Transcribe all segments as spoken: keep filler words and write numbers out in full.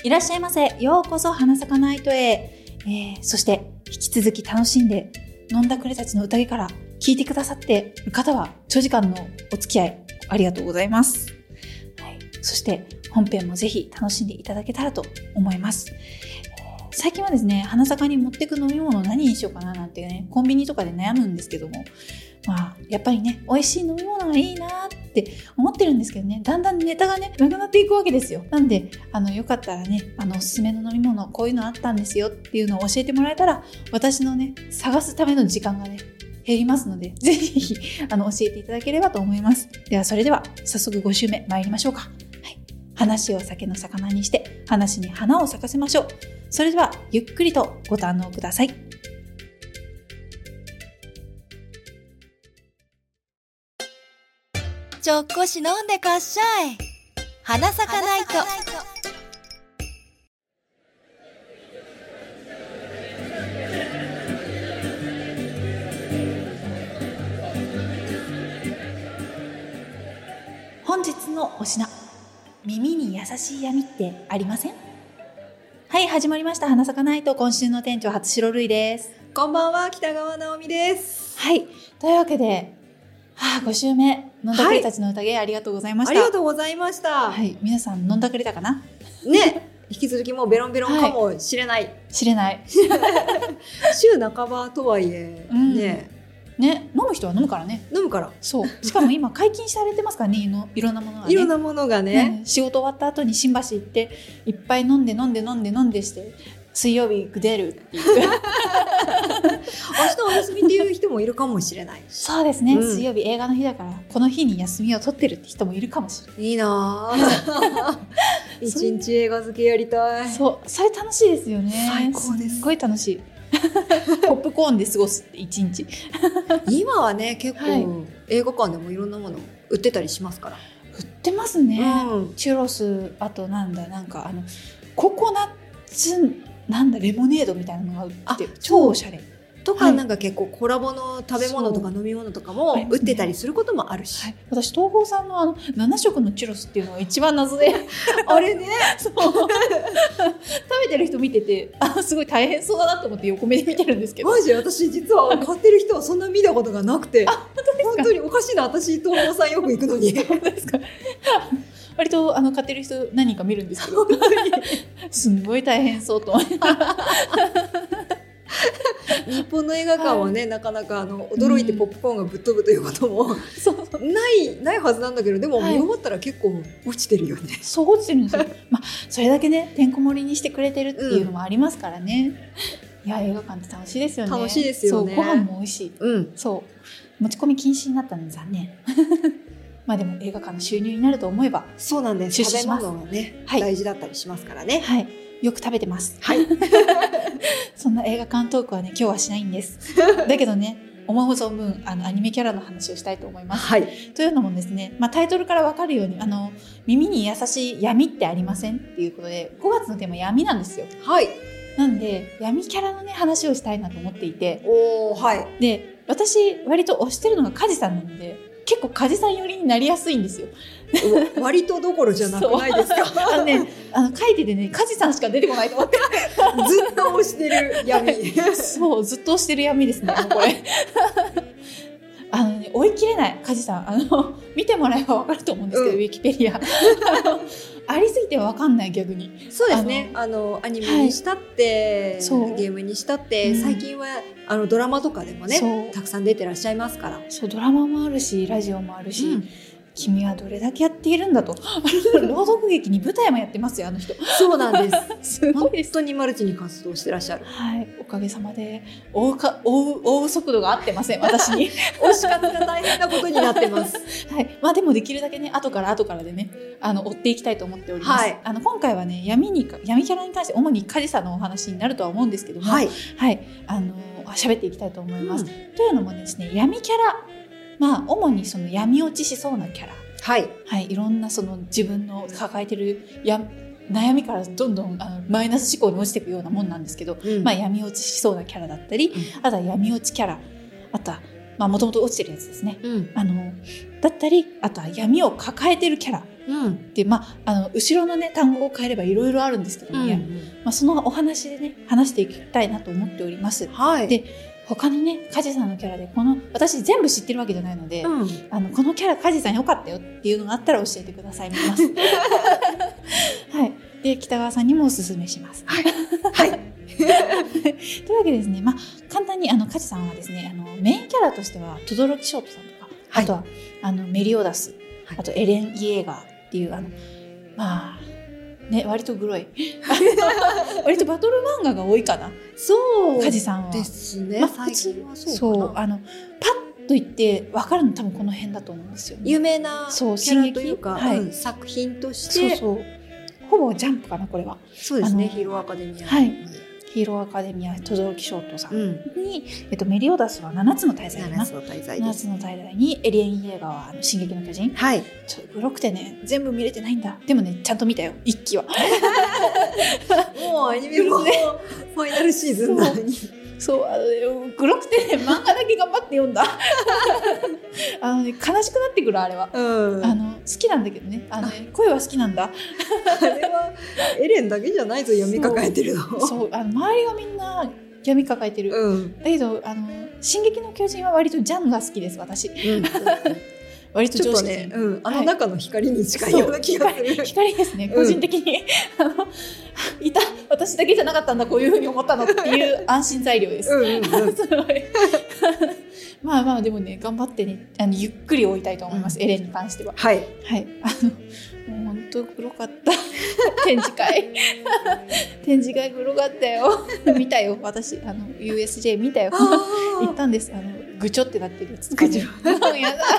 いらっしゃいませ。ようこそ花咲かナイトへ、えー、そして引き続き楽しんで飲んだくれたちの宴から聞いてくださっている方は長時間のお付き合いありがとうございます、はい、そして本編もぜひ楽しんでいただけたらと思います。最近はですね、花咲かに持ってく飲み物何にしようかななんてね、コンビニとかで悩むんですけども、まあやっぱりね、美味しい飲み物がいいなって思ってるんですけどね、だんだんネタがねなくなっていくわけですよ。なんであのよかったらね、あのおすすめの飲み物こういうのあったんですよっていうのを教えてもらえたら、私のね探すための時間がね減りますので、ぜひあの教えていただければと思います。ではそれでは早速ご週目参りましょうか。はい、話を酒の魚にして話に花を咲かせましょう。それではゆっくりとご堪能ください。 ちょっこし飲んでかっしゃい。花咲かないと。 本日のお品、耳に優しい闇ってありません？はい、始まりました花咲かないと。今週の店長初白るいです。 こんばんは、北川直美です。 はい、というわけで、はあ、ご週目飲んだくれたちの宴、はい、ありがとうございました。 ありがとうございました。 はい、皆さん飲んだくれたかなね。引き続きもうベロンベロンかもしれない、はい、 知れない週半ばとはいえ、うん、ねね、飲む人は飲むからね。 飲むから。 そう。しかも今解禁されてますからね、いろんなものがね。 いろんなものがね。 うん、仕事終わった後に新橋行っていっぱい飲んで飲んで飲んで飲んでして水曜日出るっていう。明日お休みっていう人もいるかもしれない。 そうですね、うん。水曜日映画の日だからこの日に休みを取ってるって人もいるかもしれない。 いいなぁ。一日映画漬けやりたい。 そう、それ楽しいですよね。 最高です。 すごい楽しい。ポップコーンで過ごすって一日。 今はね結構、はい、映画館でもいろんなもの売ってたりしますから。 売ってますね、 うん、 チュロス、あとなんだなんかあのココナッツなんだレモネードみたいなのが売って超おしゃれとか、はい、なんか結構コラボの食べ物とか飲み物とかも売ってたりすることもあるし、 はい、私東宝さんのあのなな色のチュロスっていうのが一番謎であれねそう食べてる人見てて、あすごい大変そうだなと思って横目で見てるんですけど、 マジ私実は買ってる人はそんな見たことがなくてあ本当におかしいな、私東宝さんよく行くのに本当ですか割とあの買ってる人何人か見るんですけどすんごい大変そうと思って日本の映画館はね、はい、なかなかあの驚いてポップコーンがぶっ飛ぶということも、うん、ないないはずなんだけど、でも見終わったら結構落ちてるよね、はい、 そう落ちてるんですよ、まあ、それだけねてんこ盛りにしてくれてるっていうのもありますからね、うん、いや映画館って楽しいですよね。 楽しいですよね。 そうご飯も美味しい、 うん、 そう持ち込み禁止になったので残念まあでも映画館の収入になると思えばそうなんです。食べ物はね、はい、大事だったりしますからね。 はい、よく食べてます。はい。そんな映画館トークはね、今日はしないんです。だけどね、思う存分あのアニメキャラの話をしたいと思います。 はい。 というのもですね、まあ、タイトルからわかるように、あの耳に優しい闇ってありませんっていうことで、ごがつのテーマ闇なんですよ。 はい。 なんで闇キャラのね話をしたいなと思っていて、 おー、はい。 で、私割と推してるのが梶さんなので。結構梶さん寄りになりやすいんですよ。 割とどころじゃなくないですか。 あのね、あの書いててね、梶さんしか出てこないと思って。 ずっと推してる闇。 そう、ずっと推してる闇ですね。これ。あのね、追い切れない梶さん。あの見てもらえばわかると思うんですけど、うん、ウィキペディア。ありすぎてわかんない逆に。 そうですね。あの、あのアニメにしたって、はい、ゲームにしたって、うん、最近はあのドラマとかでもね、たくさん出てらっしゃいますから。 そう、ドラマもあるし、ラジオもあるし。うん、君はどれだけやっているんだと朗読劇に舞台もやってますよあの人。 そうなんですすごいです。 本当にマルチに活動してらっしゃる。 はい、おかげさまで追うか追う追う速度が合ってません私に。 推し活が大変なことになってます。 はい、まあでもできるだけね後から後からでねあの追っていきたいと思っております。はい、あの今回はね闇に闇キャラに関して主に梶さんのお話になるとは思うんですけども、はい、はい、あの喋っていきたいと思います。うん、というのもですね闇キャラまあ主にその闇落ちしそうなキャラ。はいはい、いろんなその自分の抱えてるや悩みからどんどんあのマイナス思考に落ちていくようなもんなんですけど、うんまあ、闇落ちしそうなキャラだったり、うん、あとは闇落ちキャラあとはもともと落ちてるやつですね、うん、あのだったりあとは闇を抱えてるキャラうん、 で、まあ、あの後ろのね単語を変えればいろいろあるんですけどもね、 うんまあ、そのお話でね話していきたいなと思っております。 はい、 で他にね梶さんのキャラでこの私全部知ってるわけじゃないので、 うん、 あのこのキャラ梶さん良かったよっていうのがあったら教えてくださいます。はい。で北川さんにもおすすめします。 はい。はいというわけでですね、まあ、簡単にあの梶さんはですねあのメインキャラとしては轟翔太さんとか、 はい、 あとはあのメリオダス、 はい、 あとエレン・イエーガーっていうあのまあね割とグロい割とバトル漫画が多いかな。 そう梶さんはですね。 まあ、 最近はそうかな。 そうあのパッと言って分かるの多分この辺だと思うんですよね。 有名なキそうャラというか、 はいうん、作品としてそうそうほぼジャンプかなこれは。 そうですね。 あのヒーローアカデミア、 はいヒーローアカデミア轟翔太さんに、うんえっと、メリオダスはななつの大罪だなななつの大罪ななつの大罪にエリエン・イエーガーはあの進撃の巨人、 はい、 ちょっとグロくてね全部見れてないんだ。でもねちゃんと見たよ一期はもうアニメもファイナルシーズンなのにそうあの、ね、グロくてね漫画だけ頑張って読んだあの、ね、悲しくなってくるあれは、 うん、 あの好きなんだけどねあのね声は好きなんだあれはエレンだけじゃないぞ闇抱えてるの。 そうそうあの周りがみんな闇抱えてる、 うん、 だけどあの進撃の巨人は割とジャンが好きです私、うん、割とちょっとね、うん、あの中の光に近いような気がする、 はい、光ですね個人的に、うん、あのいた私だけじゃなかったんだこういうふうに思ったのっていう安心材料です。うんうん、うん、すごいまあまあでもね頑張ってねあのゆっくり追いたいと思います、うん、エレンに関しては。 はい、 はい、あのもう本当グロかった展示会展示会グロかったよ見たよ私あの ユーエスジェー 見たよ行ったんですあのぐちょってなってるやつとかねやだ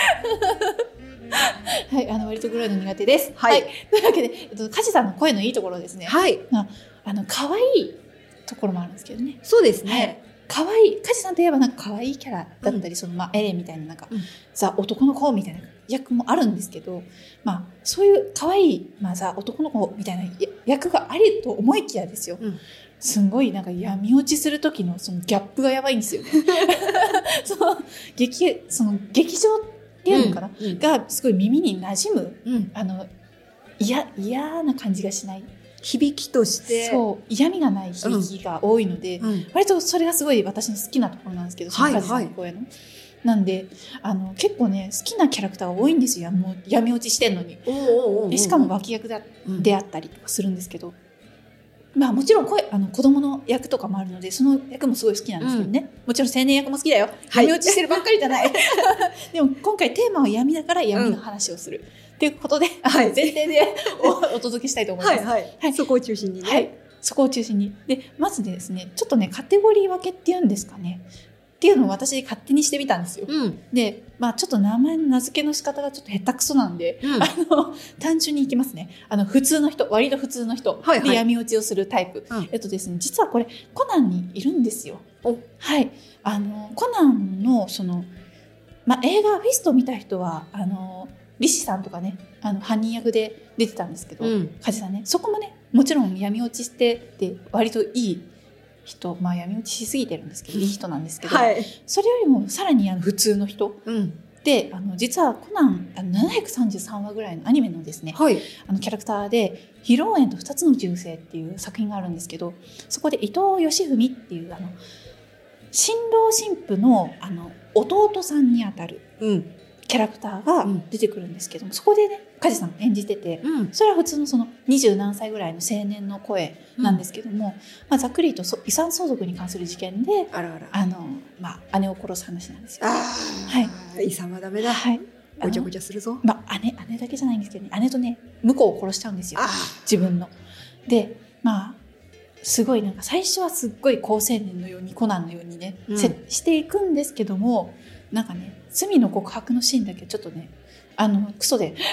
はい、あの割とグロいの苦手です。 はい。 はい、というわけで、えっと、梶さんの声のいいところですね。 はい。 あ、あの可愛いところもあるんですけどね。 そうですね。 可愛い梶さんといえばなんか可愛いキャラだったり、うん、そのまあエレンみたいななんか、うん、ザ男の子みたいな役もあるんですけど、まあそういう可愛いまあザ男の子みたいな役がありと思いきやですよ。うん、すごいなんか闇落ちする時のそのギャップがやばいんですよね。その劇その劇場っていうのかな、うんうん、がすごい耳に馴染む、うん、あの嫌嫌な感じがしない響きとしてそう嫌味がない響きが多いので、うん、割とそれがすごい私の好きなところなんですけど、その梶さんの声の、はいはい、なんであの結構ね好きなキャラクターが多いんですよ。もう闇落ちしてんのに。おうおうおうでしかも脇役で あ,、うん、であったりとかするんですけど、まあもちろん声あの子供の役とかもあるのでその役もすごい好きなんですけどね、うん、もちろん青年役も好きだよ、はい、闇落ちしてるばっかりじゃないでも今回テーマは闇だから闇の話をする、うん、っていうことで、はい、前提で お, お届けしたいと思います。はいはいはい、そこを中心にね、 はい、そこを中心にでまずですねちょっとねカテゴリー分けっていうんですかねっていうのを私勝手にしてみたんですよ、うん、で、まあ、ちょっと名前の名付けの仕方がちょっと下手くそなんで、うん、あの単純にいきますね。あの普通の人割と普通の人、はいはい、で闇落ちをするタイプ、うん、えっとですね、実はこれコナンにいるんですよ。はい、あのコナンのその、まあ、映画フィスト見た人はあのリシさんとかねあの犯人役で出てたんですけど、梶さんねそこもねもちろん闇落ちしてで割といい人、まあ闇落ちしすぎてるんですけどいい人なんですけど、はい、それよりもさらにあの普通の人、うん、であの実はコナンあのななひゃくさんじゅうさんわぐらいのアニメのですね、はい、あのキャラクターで披露宴とふたつの銃声っていう作品があるんですけどそこで伊藤義文っていうあの新郎新婦 の, あの弟さんにあたる、うんキャラクターが出てくるんですけども、うん、そこでね梶さん演じてて、うん、それは普通のその二十何歳ぐらいの青年の声なんですけども、うんまあ、ざっくりと遺産相続に関する事件であらあらあの、まあ、姉を殺す話なんですよ。 あ、はい、遺産はダメだ、はい、ごちゃごちゃするぞ、 まあ、姉, 姉だけじゃないんですけど、ね、姉とね婿を殺しちゃうんですよ自分の。でまあすごいなんか最初はすっごい好青年のようにコナンのようにね、うん、していくんですけどもなんかね罪の告白のシーンだけちょっとねあのクソで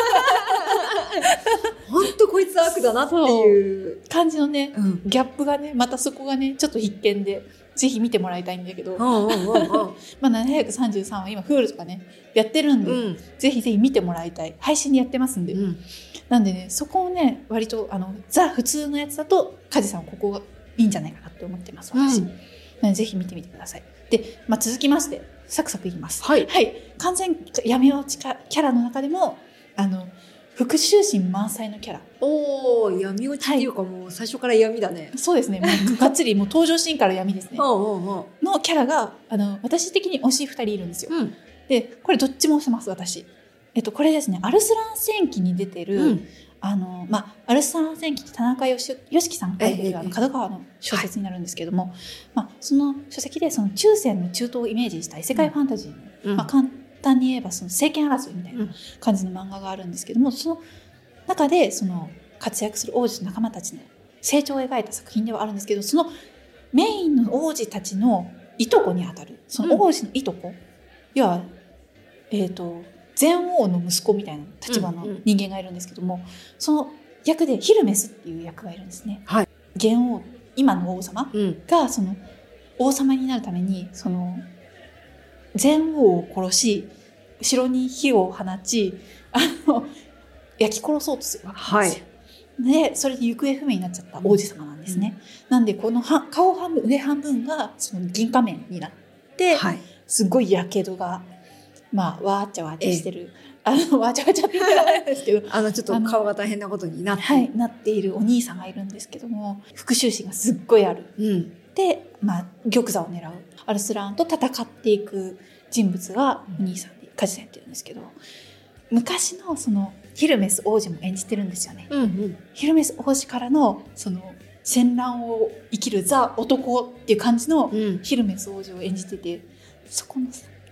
本当こいつ悪だなっていう感じのね、うん、ギャップがねまたそこがねちょっと必見でぜひ見てもらいたいんだけどまあななひゃくさんじゅうさんは今 Hulu とかねやってるんで、うん、ぜひぜひ見てもらいたい配信でやってますんで、うん、なんでねそこをね割とあのザ普通のやつだと梶さんここがいいんじゃないかなって思ってます私、うん、なのでぜひ見てみてください。で、まあ、続きましてサクサクいきます。はい、はい、完全闇落ちキャラの中でもあの復讐心満載のキャラ。 おー、闇落ちっていうか、もう最初から闇だね。 そうですね。もうがっつりもう登場シーンから闇ですね。 うんうんうん。 のキャラが、あの、私的に推しふたりいるんですよ。 うん。 で、これどっちも推してます、私。えっと、これですね、アルスラン戦記に出てる、 うんあの、まあ、アルスラン戦記って田中よしよしきさんが書いてええる、あの、角川の小説になるんですけども、まあ、その書籍で、その中世の中東をイメージした異世界ファンタジーの、 うんまあ、簡単に言えば、その政権争いみたいな感じの漫画があるんですけども、その中で、その、活躍する王子と仲間たちの成長を描いた作品ではあるんですけど、そのメインの王子たちのいとこにあたる、その王子のいとこ、要は、えっと、前王の息子みたいな立場の人間がいるんですけども、うんうん、その役でヒルメスっていう役がいるんですね。 はい、 現王、今の王様がその王様になるためにその前王を殺し、後ろに火を放ち、あの焼き殺そうとするわけですよ。はい、でそれで行方不明になっちゃった王子様なんですね。うん、なんでこのは顔半分上半分がその銀仮面になって、はい、すごいやけどが。まあ、わーちゃわーちゃしてる、ええ、あのわーちゃわーちゃって言ってないんですけどあのちょっと顔が大変なことになって、 はい、なっているお兄さんがいるんですけども、復讐心がすっごいある、うん、で、まあ、玉座を狙うアルスラーンと戦っていく人物がお兄さんでカジさんって言うんですけど、昔のそのヒルメス王子も演じてるんですよね、うんうん、ヒルメス王子からのその戦乱を生きるザ男っていう感じのヒルメス王子を演じてて、そこの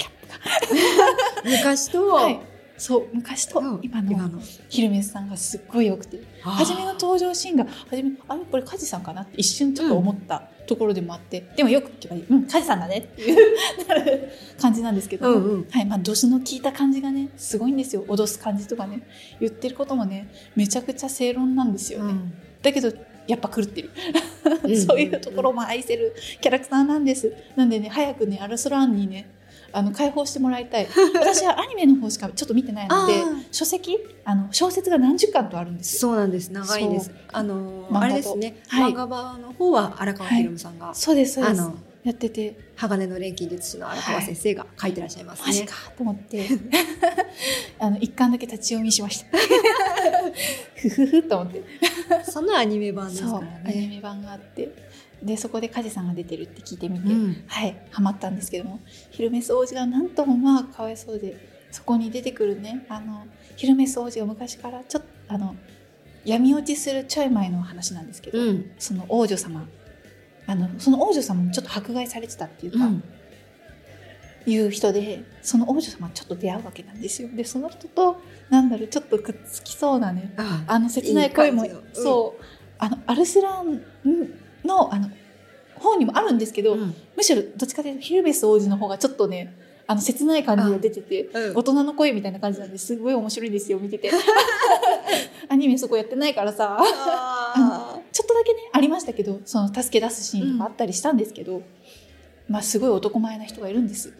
昔と、 はい、そう昔と今のヒルメスさんがすっごい良くて、初めの登場シーンが初めあれこれカジさんかなって一瞬ちょっと思ったところでもあって、うん、でもよく聞けばいい、うんカジさんだねっていう感じなんですけど、うんうん、はいまあドスの効いた感じがねすごいんですよ。脅す感じとかね、言ってることもねめちゃくちゃ正論なんですよね、うん、だけどやっぱ狂ってるそういうところも愛せるキャラクターなんです。なんでね早くねアルスラーンにねあの解放してもらいたい。私はアニメの方しかちょっと見てないので書籍あの小説が何十巻とあるんですよ。 そうなんです、長いんです。あのあれですね、はい、漫画版の方は荒川ひろむさんが、はい、 そうですそうですあのやってて、 鋼の錬金術師の荒川先生が書いてらっしゃいますね。 マジかと思ってあの一巻だけ立ち読みしましたふふふと思ってそのアニメ版ですからね。 そうアニメ版があってでそこで梶さんが出てるって聞いてみて、うん、はいハマったんですけども、ヒルメス王子がなんともまあかわいそうで、そこに出てくるねあのヒルメス王子が昔からちょっとあの闇落ちするちょい前の話なんですけど、うん、その王女様あのその王女様もちょっと迫害されてたっていうか、うん、いう人で、その王女様はちょっと出会うわけなんですよ。でその人となんだろうちょっとくっつきそうなね、ああの切ない声もいいそう、うん、あのアルスランのあの本にもあるんですけど、うん、むしろどっちかというとヒルメス王子の方がちょっとねあの切ない感じが出てて、うん、大人の声みたいな感じなんですごい面白いですよ見ててアニメそこやってないからさあのちょっとだけねありましたけど、その助け出すシーンとかあったりしたんですけど、うん、まあすごい男前な人がいるんです、はい、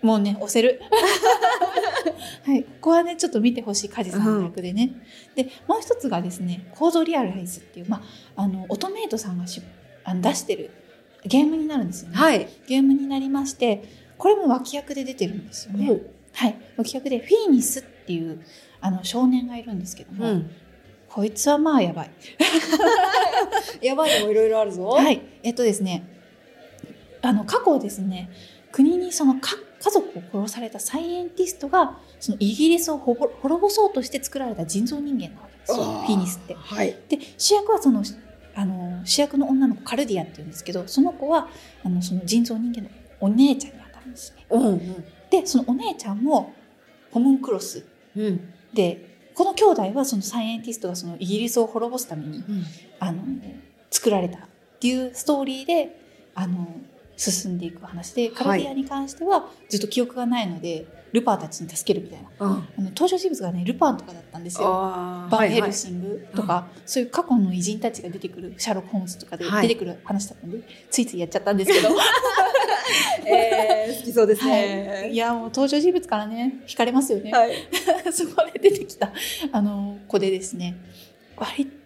もうね押せるはい、ここはねちょっと見てほしい梶さんの役でね、うん、でもう一つがですねコードリアライズっていう、まあ、あのオトメイトさんがしあの出してるゲームになるんですよね、はい、ゲームになりまして、これも脇役で出てるんですよね、うん、はい、脇役でフィーニスっていうあの少年がいるんですけども、うん、こいつはまあやばいやばいのもいろいろあるぞ。 はいえっとですねあの過去ですね国にそのか家族を殺されたサイエンティストがそのイギリスをほぼ滅ぼそうとして作られた人造人間なわけですよ、フィーニスって、はい、で主役はそのあの主役の女の子カルディアっていうんですけど、その子はあのその人造人間のお姉ちゃんに当たるんですね、うんうん、でそのお姉ちゃんもホムンクロス、うん、でこの兄弟はそのサイエンティストがそのイギリスを滅ぼすために、うん、あの作られたっていうストーリーであの進んでいく話で、カルディアに関してはずっと記憶がないのでルパンたちに助けるみたいな、うん、あの登場人物がねルパンとかだったんですよ。バンヘルシングとか、はいはい、そういう過去の偉人たちが出てくるシャーロック・ホームズとかで出てくる話だったので、はい、ついついやっちゃったんですけどえー、好きそうですね、 はい、いやもう登場人物からね惹かれますよね、はい、そこで出てきたあの子でですね割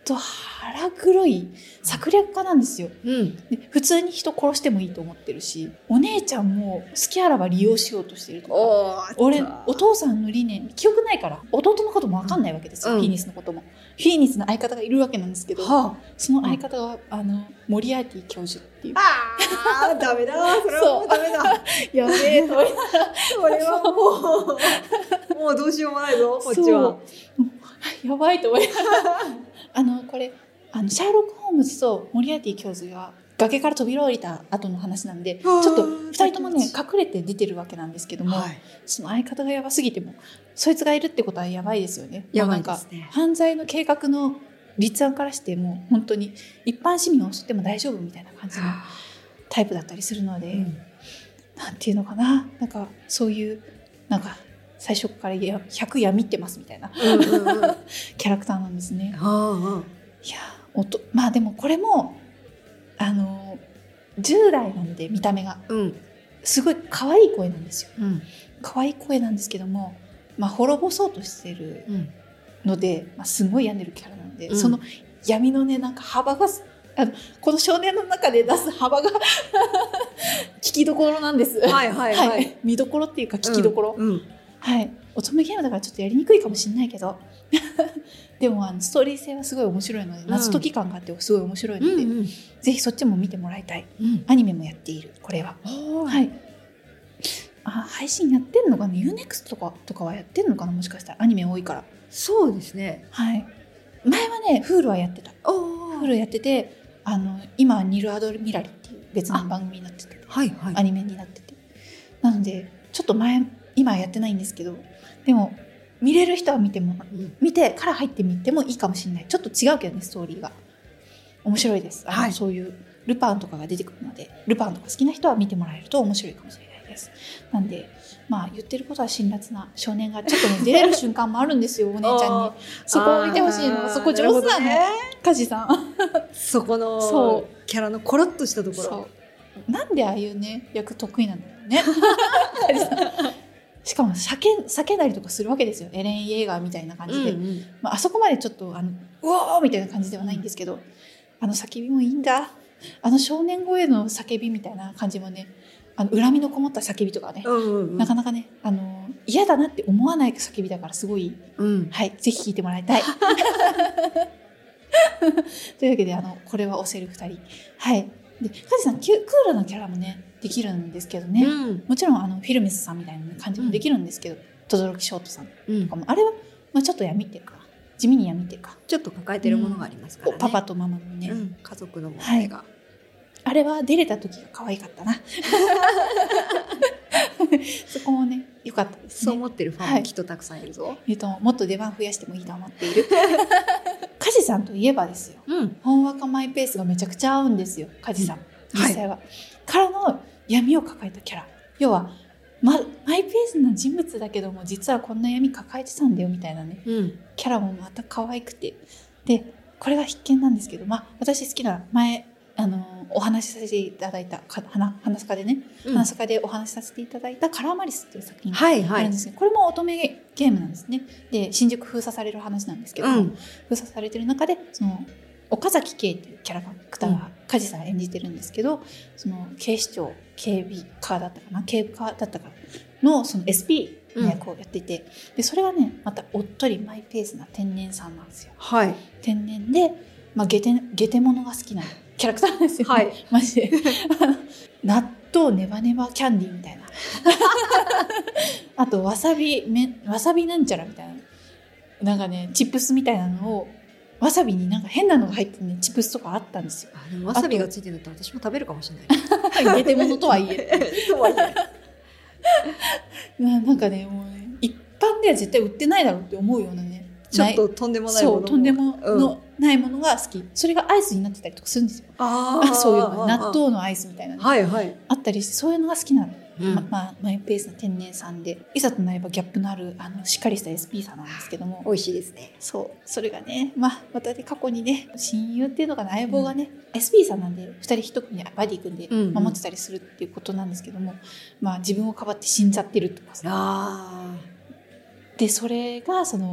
と腹黒い策略家なんですよ、 うん、 で普通に人殺してもいいと思ってるし、お姉ちゃんも好きあらば利用しようとしてるとか、 お俺お父さんの理念記憶ないから弟のことも分かんないわけですよ、うん、フィーニスのことも。フィーニスの相方がいるわけなんですけど、はあ、その相方が、うん、あのモリアーティ教授っていう。 あーダメだ、それはもうダメだやべえと思いながらそれはもうもうどうしようもないぞこっちは。 やばいと思いながらあのこれあのシャーロック・ホームズとモリアーティ教授が崖から飛び降りた後の話なんで、ちょっとふたりともね隠れて出てるわけなんですけども、はい、その相方がやばすぎてもそいつがいるってことはやばいですよね。 やばいですね。 なんか犯罪の計画の立案からしても本当に一般市民を襲っても大丈夫みたいな感じのタイプだったりするので、うん、なんていうのかな、なんかそういうなんか最初からひゃく闇ってますみたいな、うんうんうん、キャラクターなんですね。 はあはあ、 いやおとまあでもこれもあのじゅう代なんで見た目が、うん、すごい可愛い声なんですよ、うん、可愛い声なんですけども、まあ、滅ぼそうとしてるので、うんまあ、すごい病んでるキャラなんで、うん、その闇のねなんか幅があのこの少年の中で出す幅が聞きどころなんです。 はいはいはい、はい、 見どころっていうか聞きどころ、 うんうんはい、乙女ゲームだからちょっとやりにくいかもしれないけどでもあのストーリー性はすごい面白いので、うん、謎解き感があってすごい面白いので、うんうん、ぜひそっちも見てもらいたい、うん、アニメもやっているこれは、はい、あ配信やってんのかな、ユーネクストとかとかはやってんのかな、もしかしたらアニメ多いから。 そうですね、 はい、前はね Hulu はやってた Hulu やってて、あの今ニルアドミラリっていう別の番組になってて、 はいはい、 アニメになってて、なのでちょっと前今はやってないんですけど、でも見れる人は見ても、うん、見てから入ってみてもいいかもしれない。ちょっと違うけどね、ストーリーが面白いです。あの、はい、そういうルパンとかが出てくるので、ルパンとか好きな人は見てもらえると面白いかもしれないです。なんでまあ言ってることは辛辣な少年がちょっとね出れる瞬間もあるんですよお姉ちゃんに。そこを見てほしいの。そこ上手なの、ね、梶さんそこのそうキャラのコロッとしたところ。 そうなんでああいうね役得意なんだろうね梶さん。しかも叫叫んだりとかするわけですよ、エレン・イェーガーみたいな感じで、うんうんまあ、あそこまでちょっとあのうおーみたいな感じではないんですけど、あの叫びもいいんだ。あの少年声の叫びみたいな感じもね、あの恨みのこもった叫びとかね、うんうんうん、なかなかねあの嫌だなって思わない叫びだからすごい、うん、はいぜひ聞いてもらいたいというわけであのこれは推せるふたり、はいで梶さんクールなキャラもねできるんですけどね、うん、もちろんあのフィルメスさんみたいな感じもできるんですけど、轟、うん、翔太さんとかも、うん、あれは、まあ、ちょっと闇っていうか地味に闇っていうかちょっと抱えてるものがありますからね、 うん、パパとママのね、 うん、家族の問題が、はい、 あれは出れた時が可愛かったなそこもね良かったですね。 そう思ってるファンもきっとたくさんいるぞ、はい、 えっと、もっと出番増やしてもいいと思っている梶さんといえばですよ、うん、ほんわかマイペースがめちゃくちゃ合うんですよ梶さん、実際は、はい、からの闇を抱えたキャラ、要は、ま、マイペースな人物だけども実はこんな闇抱えてたんだよみたいなね、うん、キャラもまた可愛くて、でこれが必見なんですけど、まあ、私好きな前あのお話しさせていただいた花咲かでね、うん、花咲かでお話しさせていただいたカラーマリスっていう作品があるんですけど、はいはい、これも乙女ゲームなんですね。で新宿封鎖される話なんですけども、うん、封鎖されてる中でその岡崎圭っていうキャラクターが梶さん演じてるんですけど、その警視庁警備課だったかな警部課だったかのその エスピー の役をやっていて、うん、でそれがねまたおっとりマイペースな天然さんなんですよ、はい、天然で、まあ、ゲテゲテモノが好きなキャラクターなんですよ、ね、はい、マジで納豆ネバネバキャンディーみたいなあとわさびめわさびなんちゃらみたいななんかねチップスみたいなのをわさびになんか変なのが入ってる、ね、チップスとかあったんですよ。 あでもわさびがついてるんだったら私も食べるかもしれないゲテモノとはいえとはいえな, なんかねもうね一般では絶対売ってないだろうって思うようなねちょっととんでもないものもそうとんでものないものが好き、うん、それがアイスになってたりとかするんですよ。ああそういうの納豆のアイスみたいな、ねはいはい、 あったりしてそういうのが好きなの、うんままあ、マイペースな天然さんでいざとなればギャップのあるあのしっかりした エスピー さんなんですけども美味しいですね。 そうそれがね、まあ、またね過去にね親友っていうのかな相棒がね、うん、エスピー さんなんでふたり一組バディ組んで守ってたりするっていうことなんですけども、うんうんまあ、自分をかばって死んじゃってるとかさあでそれがその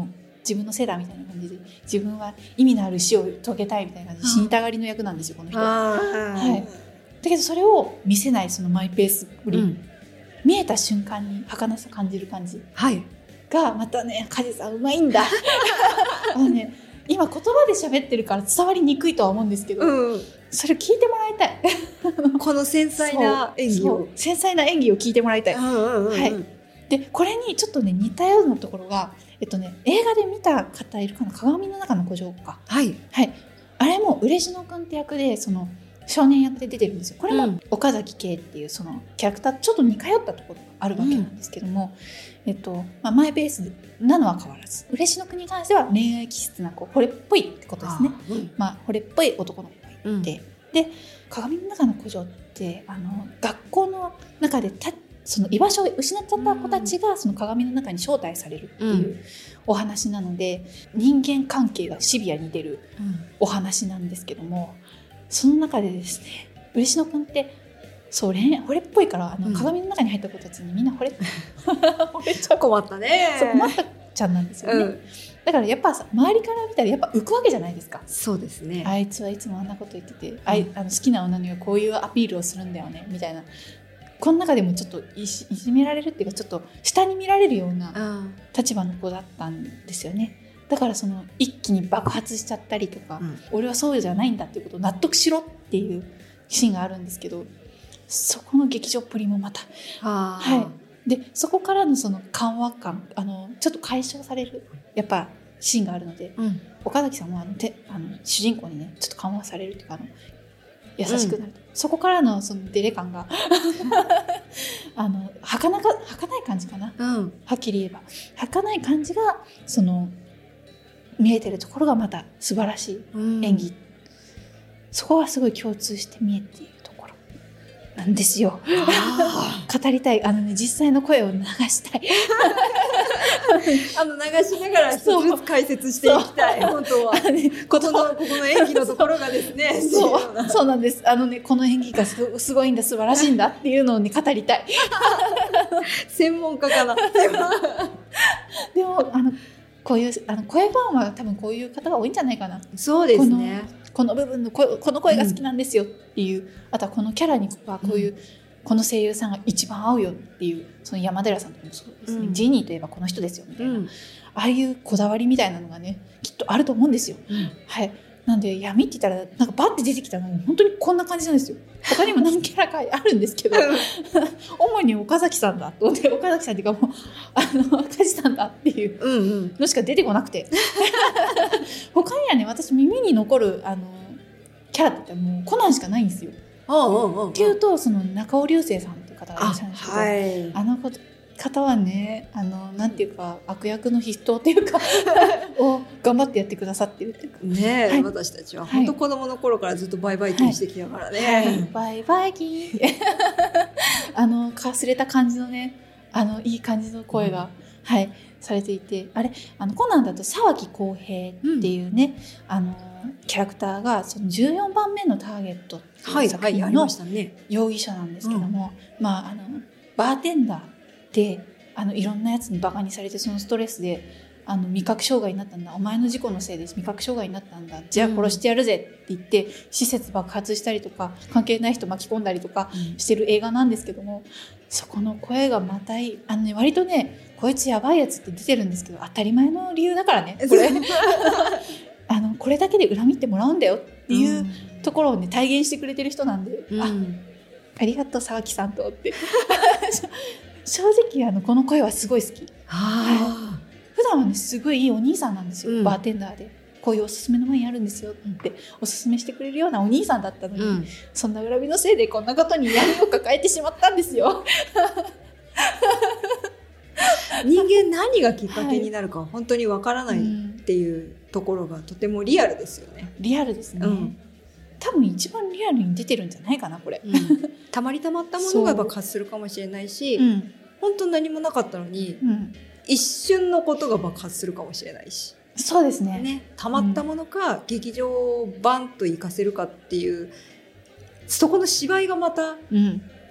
自分のせいだみたいな感じで、自分は意味のある死を遂げたいみたいな感じで死にたがりの役なんですよこの人。はい、だけどそれを見せないそのマイペースぶり、うん、見えた瞬間に儚さ感じる感じがまたね、梶さんうまいんだあのね、今言葉で喋ってるから伝わりにくいとは思うんですけど、うん、それを聞いてもらいたいこの繊細な演技を繊細な演技を聞いてもらいたい、 うんうんうんうん、 はい。でこれにちょっとね似たようなところが、えっとね、映画で見た方いるかな、鏡の中の古城か、 はいはい、あれも嬉野くんって役でその少年役で出てるんですよ。これも岡崎圭っていうそのキャラクターちょっと似通ったところがあるわけなんですけども、うん、えっとまあ、マイペースなのは変わらず、嬉野くんに関しては恋愛気質なこう惚れっぽいってことですね。あ、うん、まあ、惚れっぽい男の子がいて、うん、で鏡の中の古城ってあの学校の中でたその居場所を失っちゃった子たちがその鏡の中に招待されるっていうお話なので、人間関係がシビアに出るお話なんですけども、その中でですね、嬉野くんってそう恋愛惚れっぽいから、あの鏡の中に入った子たちにみんな惚れ惚れちゃう困ったねそう困ったちゃんなんですよね、うん、だからやっぱさ周りから見たらやっぱ浮くわけじゃないですか。 そうですね。 あいつはいつもあんなこと言ってて、あいあの好きな女にはこういうアピールをするんだよねみたいな、この中でもちょっといじめられるっていうかちょっと下に見られるような立場の子だったんですよね。だからその一気に爆発しちゃったりとか、うん、俺はそうじゃないんだっていうことを納得しろっていうシーンがあるんですけど、そこの劇場っぷりもまた、はい、でそこからのその緩和感、あのちょっと解消されるやっぱシーンがあるので、うん、岡崎さんもあのてあの主人公にねちょっと緩和されるっていうか、あの優しくなる、うん、そこからのそのデレ感があの儚か儚い感じかな、うん、はっきり言えば儚い感じがその見えてるところがまた素晴らしい演技、うん、そこはすごい共通して見えているところなんですよ。語りたい、あのね、実際の声を流したいあの流しながら一つずつ解説していきたい。本当は、ね、ここのここの演技のところがですねそうそうなんです。あのね、この演技が す, すごいんだ素晴らしいんだっていうのを、ね、語りたい専門家かなでもあのこういうあの声ファンは多分こういう方が多いんじゃないかな。 そうですね。 この、この部分の声、この声が好きなんですよっていう、うん、あとはこのキャラにはこういう、うん、この声優さんが一番合うよっていう、その山寺さんとかもそうですね、うん、ジーニーといえばこの人ですよみたいな、うん、ああいうこだわりみたいなのがねきっとあると思うんですよ、うん、はい。なんで闇って言ったらなんかバッて出てきたのに本当にこんな感じなんですよ。他にも何キャラかあるんですけど主に岡崎さんだと思って、岡崎さんっていうかもうあの梶さんだっていうのしか出てこなくて、うんうん、他にはね私耳に残るあのキャラってもうコナンしかないんですよ。っていうとその中尾隆聖さんっていう方がいらっしゃるんですけど、あ、はい、あの方はね、あのなんていうか悪役の筆頭っていうかを頑張ってやってくださってるっていうかね、はい、私たちは本当子供の頃からずっとバイバイキンしてきながらね、 はいはい、バイバイキンあのかすれた感じのね、あのいい感じの声が、うん、はいされていて、あれあのコナンだと沢木浩平っていうね、うん、あのキャラクターがそのじゅうよんばんめのターゲットっていう作品の容疑者なんですけども、まああのバーテンダーであのいろんなやつにバカにされて、そのストレスであの味覚障害になったんだ、お前の事故のせいで味覚障害になったんだ、じゃあ殺してやるぜって言って、うん、施設爆発したりとか関係ない人巻き込んだりとかしてる映画なんですけども、うん、そこの声がまたいあの、ね、割とねこいつやばいやつって出てるんですけど、当たり前の理由だからねこれあのこれだけで恨みってもらうんだよっていうところをね体現してくれてる人なんで、うん、あ, ありがとう沢木さんとって正直あのこの声はすごい好き。は普段はねすごいいいお兄さんなんですよ、うん、バーテンダーでこういうおすすめのワインあるんですよっておすすめしてくれるようなお兄さんだったのに、うん、そんな恨みのせいでこんなことに闇を抱えてしまったんですよ人間何がきっかけになるか本当にわからないっていうところがとてもリアルですよね。 リアルですね、うん、多分一番リアルに出てるんじゃないかなこれ、うん、 たまりたまったものが爆発するかもしれないし、うん、本当何もなかったのに、うん、一瞬のことが爆発するかもしれないし、 そうです ね, ねたまったものか、うん、劇場をバンと活かせるかっていうそこの芝居がまた、うん、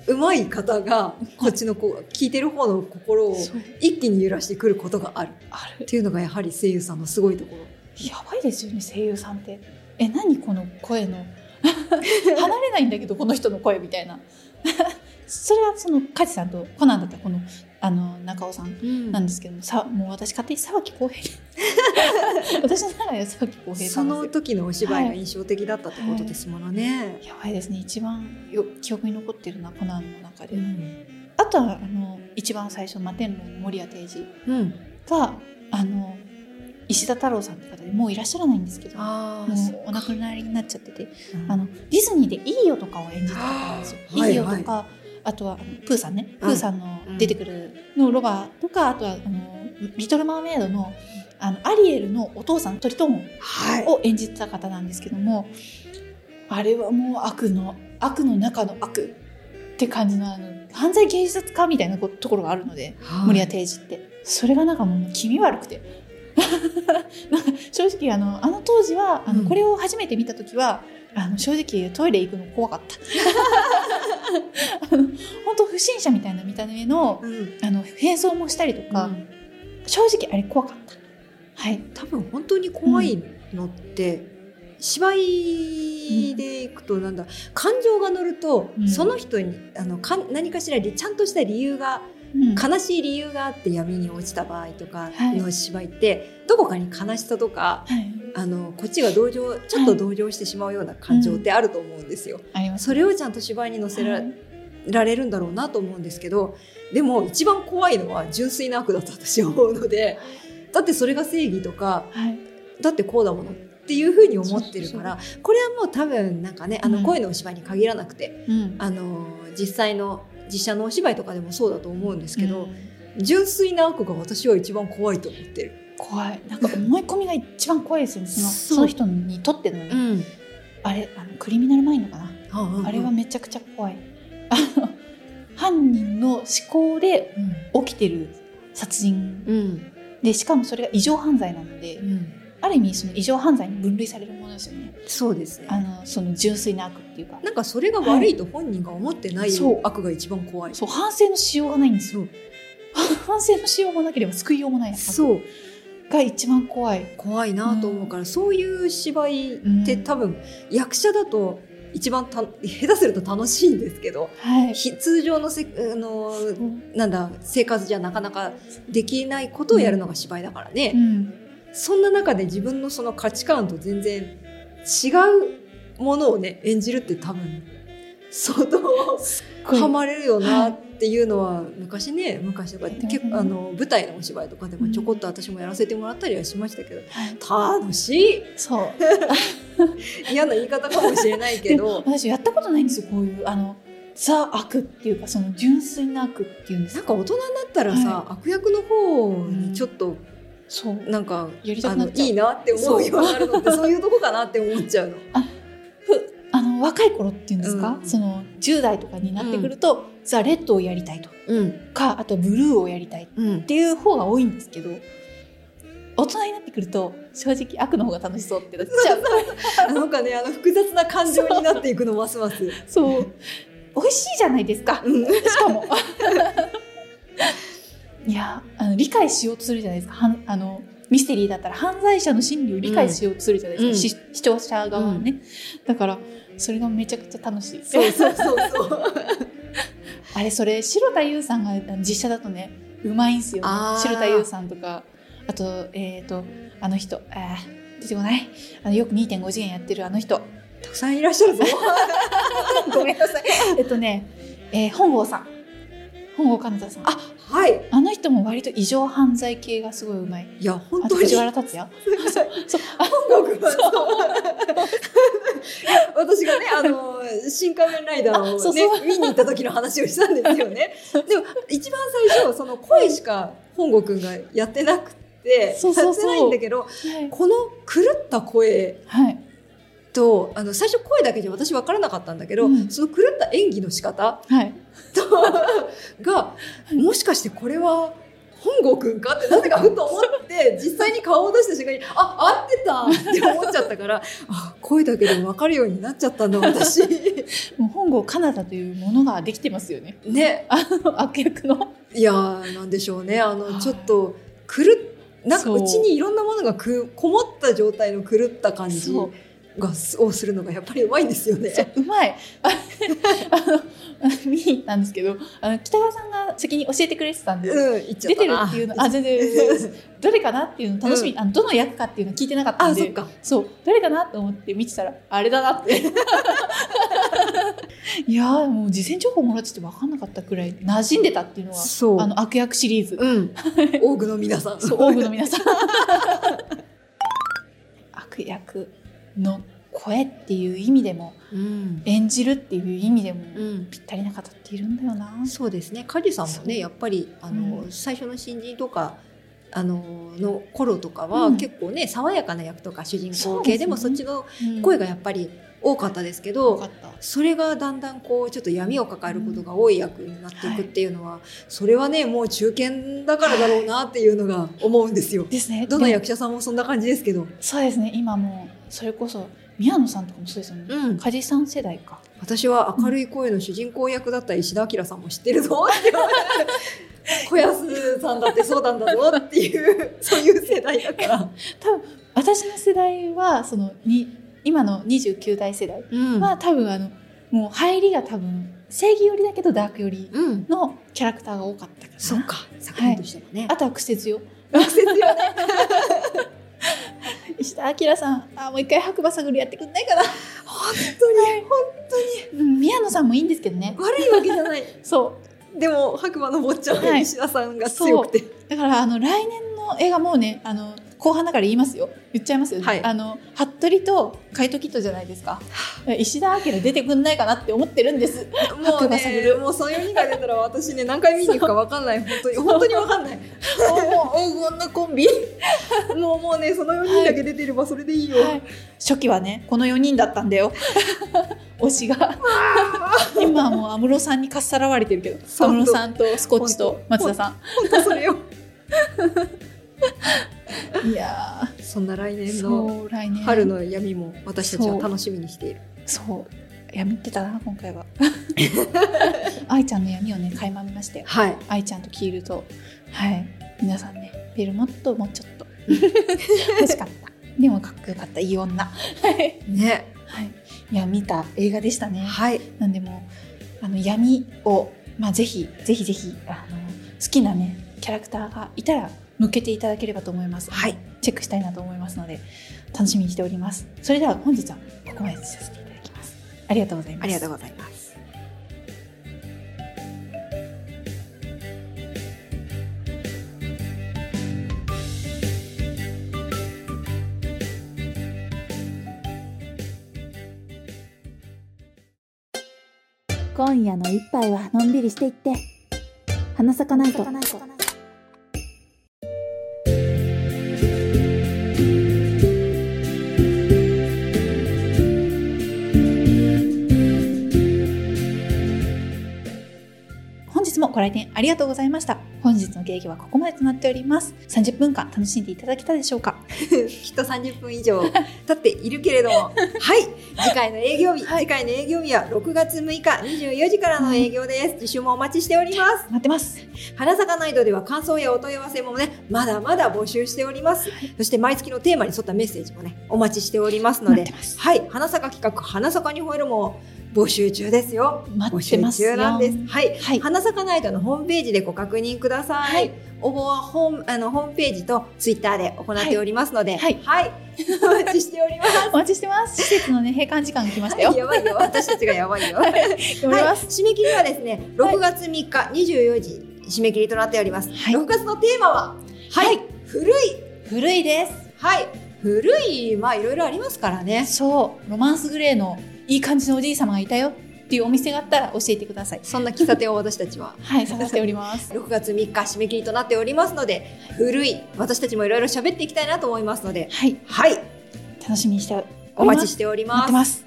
上手い方がこっちのこう聞いてる方の心を一気に揺らしてくることがあるあるっていうのがやはり声優さんのすごいところ。 やばいですよね声優さんって。え何この声の離れないんだけどこの人の声みたいなそれはその梶さんとコナンだったらこのあの中尾さんなんですけども、うん、さもう私勝手に沢木浩平私の中では沢木浩平さんですよ。 その時のお芝居が印象的だったってことですものね、はいはい、 やばいですね。一番よ記憶に残ってるのはコナンの中で、うん、あとはあの一番最初摩天楼の守谷定治が、うん、あの石田太郎さんって方でもういらっしゃらないんですけど、もうお亡くなりになっちゃってて、うん、あのディズニーでいいよとかを演じた方なんですよ。いいよとか、はいはい、あとはあのプーさんね、プーさんの出てくるのロバとか、あとはあのリトルマーメイド の, あのアリエルのお父さんトリトンを演じてた方なんですけども、はい、あれはもう悪の悪の中の悪って感じの、あの犯罪芸術家みたいなところがあるので、はい、守谷定治ってそれがなんかもう気味悪くてなんか正直あのあの当時はあの、うん、これを初めて見た時はあの正直トイレ行くの怖かった本当不審者みたいな見た目 の,、うん、あの変装もしたりとか、うん、正直あれ怖かった。はい、多分本当に怖いのって、うん、芝居でいくとなんだ、うん、感情が乗ると、うん、その人にあのか何かしらちゃんとした理由が、うん、悲しい理由があって闇に落ちた場合とかの芝居って、はい、どこかに悲しさとか、はい、あのこっちが同情ちょっと同情してしまうような感情ってあると思うんですよ、はいうん、それをちゃんと芝居に乗せら、はい、られるんだろうなと思うんですけど、でも一番怖いのは純粋な悪だと私は思うので、だってそれが正義とか、はい、だってこうだものっていうふうに思ってるから、これはもう多分なんかね、あの声のお芝居に限らなくて、うん、あの実際の実写のお芝居とかでもそうだと思うんですけど、うん、純粋な悪が私は一番怖いと思ってる。 怖い、なんか思い込みが一番怖いですよねその、その人にとってのね、うん、あれあのクリミナルマインドかな、うんうんうん、あれはめちゃくちゃ怖い。あの犯人の思考で起きてる殺人、うん、でしかもそれが異常犯罪なので、うん、ある意味その異常犯罪に分類されるものですよね。 そうですね。 あのその純粋な悪っていうか、 なんかそれが悪いと本人が思ってない、はい、悪が一番怖い。 そう、反省のしようがないんですよ。反省のしようもなければ救いようもない。そうが一番怖い怖いなと思うから、うん、そういう芝居って多分、うん、役者だと一番た下手すると楽しいんですけど、はい、通常のせあの、うん、なんだ生活じゃなかなかできないことをやるのが芝居だからね、うん、そんな中で自分のその価値観と全然違うものをね演じるって多分相当ハマれるよなっていうのは昔ね昔とか結構あの舞台のお芝居とかでもちょこっと私もやらせてもらったりはしましたけど、うん、楽しい。そう嫌な言い方かもしれないけど私やったことないんですよこういうあのザ悪っていうかその純粋な悪っていうんですか。 なんか大人になったらさ、はい、悪役の方にちょっと、うん、そうなんかやりたくなっちゃう、あのいいなって思うようになるのってそういうとこかなって思っちゃうの。ああの若い頃っていうんですか、うん、そのじゅう代とかになってくると、うん、ザ・レッドをやりたいと、うん、かあとブルーをやりたいっていう方が多いんですけど、うん、大人になってくると正直悪の方が楽しそうってなっちゃうなんかねあの複雑な感情になっていくのますますそう美味しいじゃないですか、うん、しかもいやあの理解しようとするじゃないですか。はあのミステリーだったら犯罪者の心理を理解しようとするじゃないですか、うん、視聴者側はね、うん、だからそれがめちゃくちゃ楽しい。 そうそうそうそうあれそれ城田優さんが実写だとねうまいんすよね。城田優さんとかあとえっ、ー、とあの人あ出てこないあのよく にてんご 次元やってるあの人たくさんいらっしゃるぞごめんなさいえっとね、えー、本郷さん本郷奏多さん、 あ、はい、 あの人も割と異常犯罪系がすごいうまい。 いや本当に藤原竜也そうそう本郷君は私がねあの新仮面ライダーを、ね、そうそう見に行った時の話をしたんですよねでも一番最初その声しか本郷君がやってなくてそうそうそうやってないんだけど、はい、この狂った声、はいとあの最初声だけじゃ私分からなかったんだけど、うん、その狂った演技の仕方、はい、とがもしかしてこれは本郷くんかってなぜかふと思って実際に顔を出した瞬間にあ合ってたって思っちゃったからあ声だけでも分かるようになっちゃったんだ私もう本郷カナダというものができてますよね。 ね、 あの悪役の。 いやーなんでしょうね。あの、 はい、 ちょっと狂っなんかうちにいろんなものがくこもった状態の狂った感じがをするのがやっぱりうまいんですよね。 うまい。あの見に行ったんですけど、あの北川さんが先に教えてくれてたんで、 うん、 出てるっていうのあ全然どれかなっていうの楽しみ、うん、あのどの役かっていうの聞いてなかったんで、 あそっかそうどれかなと思って見てたらあれだなっていやーもう事前情報もらってて分かんなかったくらい馴染んでたっていうのはそうあの悪役シリーズ、 うん、オーグの皆さんそうオーグの皆さん悪役の声っていう意味でも、うん、演じるっていう意味でも、うん、ぴったりな方っているんだよな。 そうですね。梶さんもねやっぱりあの、うん、最初の新人とかあのの頃とかは、うん、結構ね爽やかな役とか主人公系でもそっちの声がやっぱり多かったですけど、うん、それがだんだんこうちょっと闇を抱えることが多い役になっていくっていうのは、うんはい、それはねもう中堅だからだろうなっていうのが思うんですよ。 ですね。 どの役者さんもそんな感じですけど。 そうですね。今もうそれこそ宮野さんとかもそうですよね。うん、梶さん世代か。 私は明るい声の主人公役だった石田明さんも知ってるぞって小安さんだってそうなんだぞっていうそういう世代だから多分私の世代はそのに今のにじゅうきゅう代世代は、うん、多分あのもう入りが多分正義寄りだけどダーク寄りのキャラクターが多かったから、うん、 そうか作品としてもね、はい、 あとは癖強癖強ね石田明さんあもう一回白馬探るやってくんないかな。 本当に、はい、本当に、うん、宮野さんもいいんですけどね。 悪いわけじゃないそうでも白馬の坊ちゃんの石田さんが強くて、はい、 だからあの来年の映画もうねあの後半だから言いますよ言っちゃいますよね、はい、あの服部と海斗キッドじゃないですか石田明出てくんないかなって思ってるんですもうねもうそのよにんが出たら私ね何回見に行くか分かんない本当に本当に分かんないもう黄金のコンビもうもうねそのよにんだけ出てればそれでいいよ、はいはい、 初期はねこのよにんだったんだよ推しが今はもう安室さんにかっさらわれてるけど安室さんとスコッチと松田さん本当それよいやそんな来年の春の闇も私たちは楽しみにしている。 そう闇ってたな今回は愛ちゃんの闇をね垣間見まして、 はい、 愛ちゃんとキールと、はい、皆さんねベルモットもうちょっと欲しかったでもかっこよかったいい女ね、 はい、いや見た映画でしたね、 はい、 なんでもあの闇を、まあ、ぜひぜひぜひあの好きなねキャラクターがいたら向けていただければと思います、 はい、 チェックしたいなと思いますので楽しみにしております。それでは本日はここまでさせていただきます。ありがとうございます。 ありがとうございます。 今夜の一杯はのんびりしていって花咲かないと。 ご来店ありがとうございました。本日の芸妓はここまでとなっております。さんじゅっぷんかん楽しんでいただけたでしょうかきっとさんじゅっぷん以上経っているけれどもはい次回の営業日、はい、次回の営業日はろくがつむいかにじゅうよじからの営業です、はい、自主もお待ちしております。 待ってます。 花咲かナイトでは感想やお問い合わせもねまだまだ募集しております、はい、そして毎月のテーマに沿ったメッセージもねお待ちしておりますのではい花咲か企画花咲かに吠えるも募集中ですよ。 待ってますよ。 募集中なんです。はい。はい、花咲かナイトのホームページでご確認ください。はい、応募はホームあのホームページとツイッターで行っておりますので、はい。はいはい、お待ちしております。 お待ちしてます。施設のね閉館時間が来ましたよ。 やばいよ。私たちがやばいよ。はい、 頑張ります。 締め切りはですね、ろくがつみっかにじゅうよじ締め切りとなっております。はい、ろくがつのテーマは、はい、はい、古い古いです。 はい。古いまあいろいろありますからね。 そう。ロマンスグレーのいい感じのおじい様がいたよ。っていうお店があったら教えてください。 そんな喫茶店を私たちははい探しておりますろくがつみっか締め切りとなっておりますので、古い私たちもいろいろ喋っていきたいなと思いますので、 はい、 はい、 楽しみにしております。 お待ちしております。 待ってます。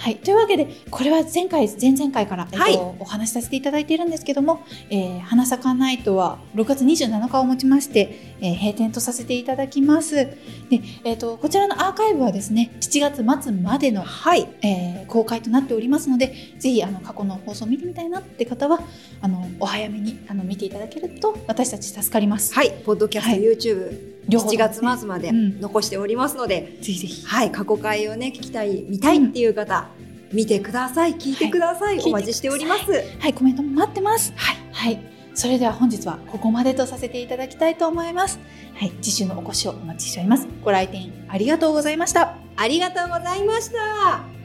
はい、というわけでこれは前回前々回から、えっとはい、 お話しさせていただいているんですけども、えー、花咲かナイトはろくがつにじゅうなのかをもちまして、えー、閉店とさせていただきます。で、えー、とこちらのアーカイブはですねしちがつ末までの、 はいえー、公開となっておりますので、ぜひあの過去の放送を見てみたいなって方はあのお早めにあの見ていただけると私たち助かります。 はい、ポッドキャスト、 はい、 YouTube、 両方しちがつ末まで残しておりますので、 うん、ぜひぜひ、 はい、過去回をね聞きたい見たいっていう方、うん、見てください、聞いてください、はい、お待ちしております。 はい、コメントも待ってます。はい、はい、それでは本日はここまでとさせていただきたいと思います。はい、次週のお越しをお待ちしております。ご来店ありがとうございました。 ありがとうございました。